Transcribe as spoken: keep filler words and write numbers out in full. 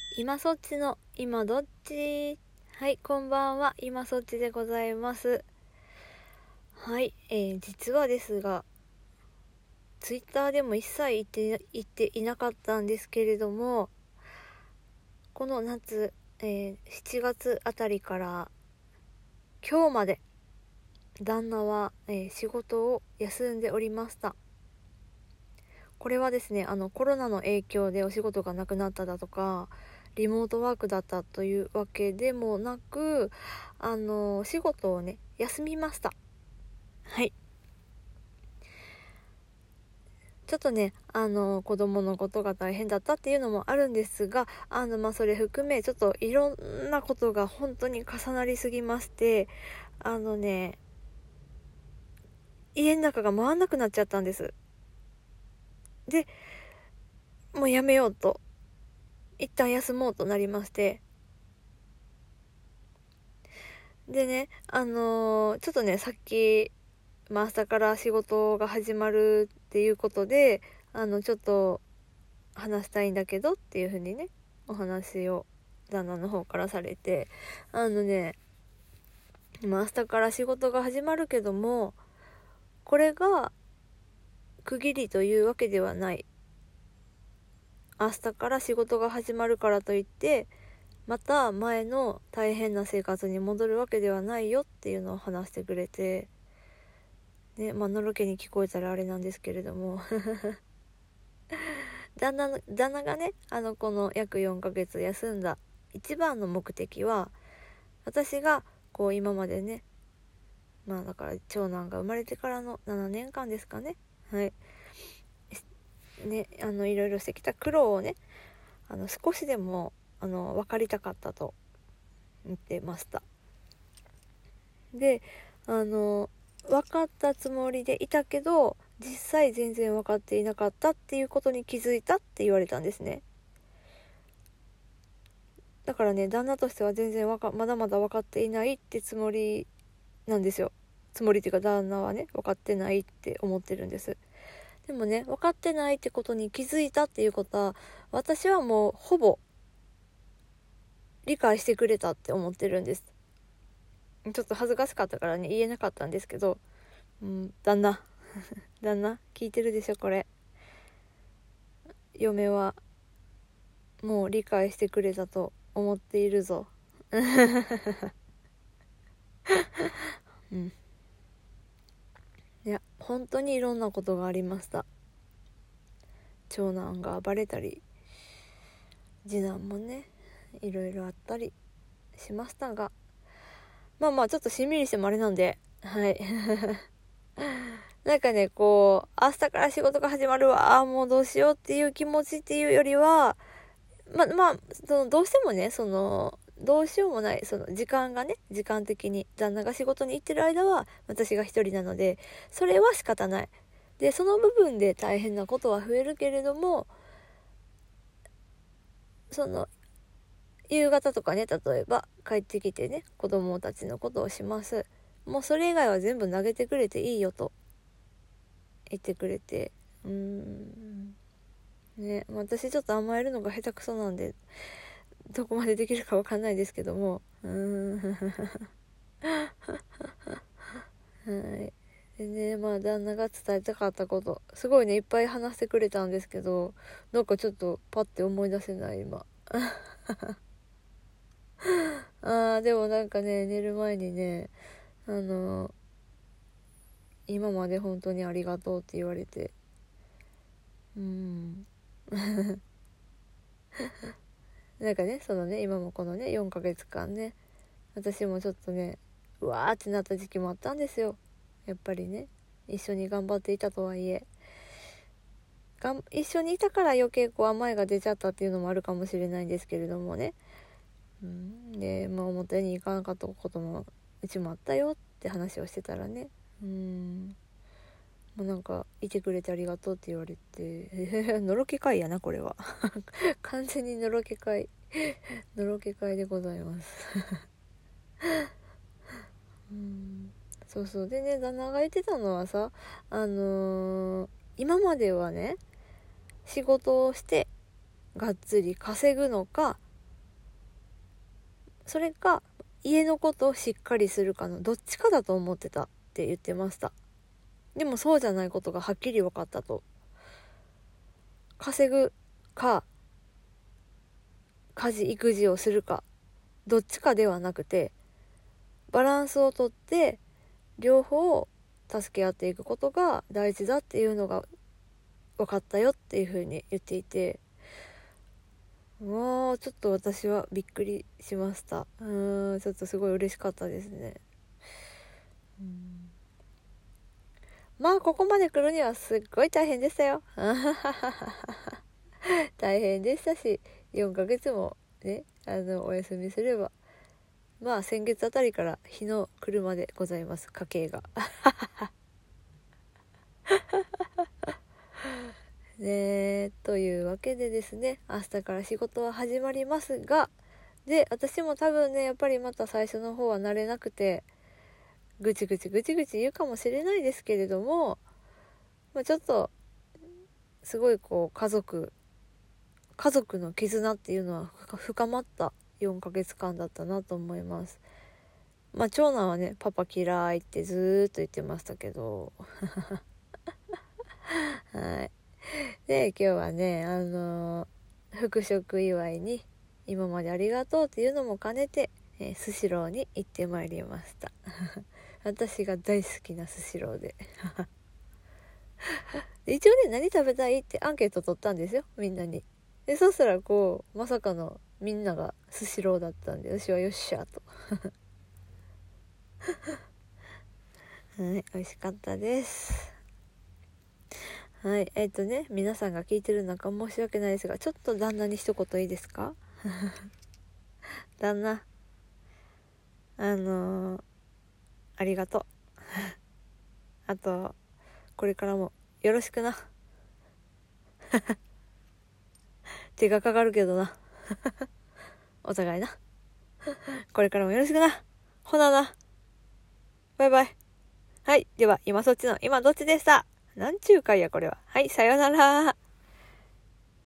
今そっちの今どっち。はい、こんばんは。今そっちでございます。はい、えー、実はですがツイッターでも一切言って言っていなかったんですけれども、この夏、えー、しちがつあたりから今日まで旦那は、えー、仕事を休んでおりました。これはですね、あのコロナの影響でお仕事がなくなっただとかリモートワークだったというわけでもなく、あの仕事をね休みました。はい、ちょっとねあの子供のことが大変だったっていうのもあるんですが、あのまあそれ含めちょっといろんなことが本当に重なりすぎまして、あのね家の中が回んなくなっちゃったんです。でもうやめようと一旦休もうとなりまして、でねあのーちょっとねさっき、まあ、朝から仕事が始まるっていうことで、あのちょっと話したいんだけどっていう風にねお話を旦那の方からされて、あのねまあ明日から仕事が始まるけども、これが区切りというわけではない。明日から仕事が始まるからといってまた前の大変な生活に戻るわけではないよっていうのを話してくれて、ね、まあのろけに聞こえたらあれなんですけれども旦那の旦那がねあのこの約よんかげつ休んだ一番の目的は、私がこう今までね、まあだから長男が生まれてからのななねんかんですかね、はいね、あのいろいろしてきた苦労をね、あの少しでもあの分かりたかったと言ってました。であの分かったつもりでいたけど実際全然分かっていなかったっていうことに気づいたって言われたんですね。だからね旦那としては全然わかまだまだ分かっていないってつもりなんですよ。つもりっていうか旦那はね分かってないって思ってるんです。でもね分かってないってことに気づいたっていうことは、私はもうほぼ理解してくれたって思ってるんです。ちょっと恥ずかしかったからね言えなかったんですけど、うん、旦那旦那聞いてるでしょこれ。嫁はもう理解してくれたと思っているぞうん、いや本当にいろんなことがありました。長男が暴れたり次男もねいろいろあったりしましたが、まあまあちょっとしんみりしてもあれなんで、はいなんかねこう明日から仕事が始まるわあもうどうしようっていう気持ちっていうよりは、ままあそのどうしてもねそのどうしようもないその時間がね時間的に旦那が仕事に行ってる間は私が一人なのでそれは仕方ない。でその部分で大変なことは増えるけれども、その夕方とかね例えば帰ってきてね子供たちのことをします。もうそれ以外は全部投げてくれていいよと言ってくれて、うーんね、私ちょっと甘えるのが下手くそなんでどこまでできるかわかんないですけども、うーんはいでね、まあ旦那が伝えたかったことすごいねいっぱい話してくれたんですけど、なんかちょっとパッて思い出せない今あーでもなんかね寝る前にねあの今まで本当にありがとうって言われて、うーんなんかねそのね今もこのねよんかげつかんね私もちょっとねうわーってなった時期もあったんですよ。やっぱりね一緒に頑張っていたとはいえがん一緒にいたから余計こう甘えが出ちゃったっていうのもあるかもしれないんですけれどもね、うん、でまあ表に行かなかったこともうちもあったよって話をしてたらね、うんもうなんかいてくれてありがとうって言われてのろけ会やなこれは完全にのろけ会のろけ会でございますうんそうそうでね旦那が言ってたのはさ、あのー、今まではね仕事をしてがっつり稼ぐのかそれか家のことをしっかりするかのどっちかだと思ってたって言ってました。でもそうじゃないことがはっきり分かったと。稼ぐか家事育児をするかどっちかではなくて、バランスをとって両方を助け合っていくことが大事だっていうのが分かったよっていうふうに言っていて、もうちょっと私はびっくりしました。うーんちょっとすごい嬉しかったですね。うんまあここまで来るにはすっごい大変でしたよ大変でしたし、よんかげつもねあのお休みすれば、まあ先月あたりから日の車でございます、家計がねというわけでですね、明日から仕事は始まりますが、で私も多分ねやっぱりまた最初の方は慣れなくてぐちぐちぐちぐち言うかもしれないですけれども、まあ、ちょっとすごいこう家族家族の絆っていうのは深まったよんかげつかんだったなと思います。まあ長男はねパパ嫌いってずーっと言ってましたけどはいで今日はねあのー、復職祝いに今までありがとうっていうのも兼ねて、えー、スシローに行ってまいりました私が大好きなスシローで一応ね何食べたいってアンケート取ったんですよ、みんなに。でそしたらこうまさかのみんながスシローだったんで、私はよっしゃとはい美味しかったです。はいえっ、ー、とね皆さんが聞いてる中申し訳ないですが、ちょっと旦那に一言いいですか旦那あのー、ありがとうあとこれからもよろしくな手がかかるけどなお互いなこれからもよろしくな。ほななバイバイ。はいでは今そっちの今どっちでした。なんちゅうかいやこれは。はいさよなら。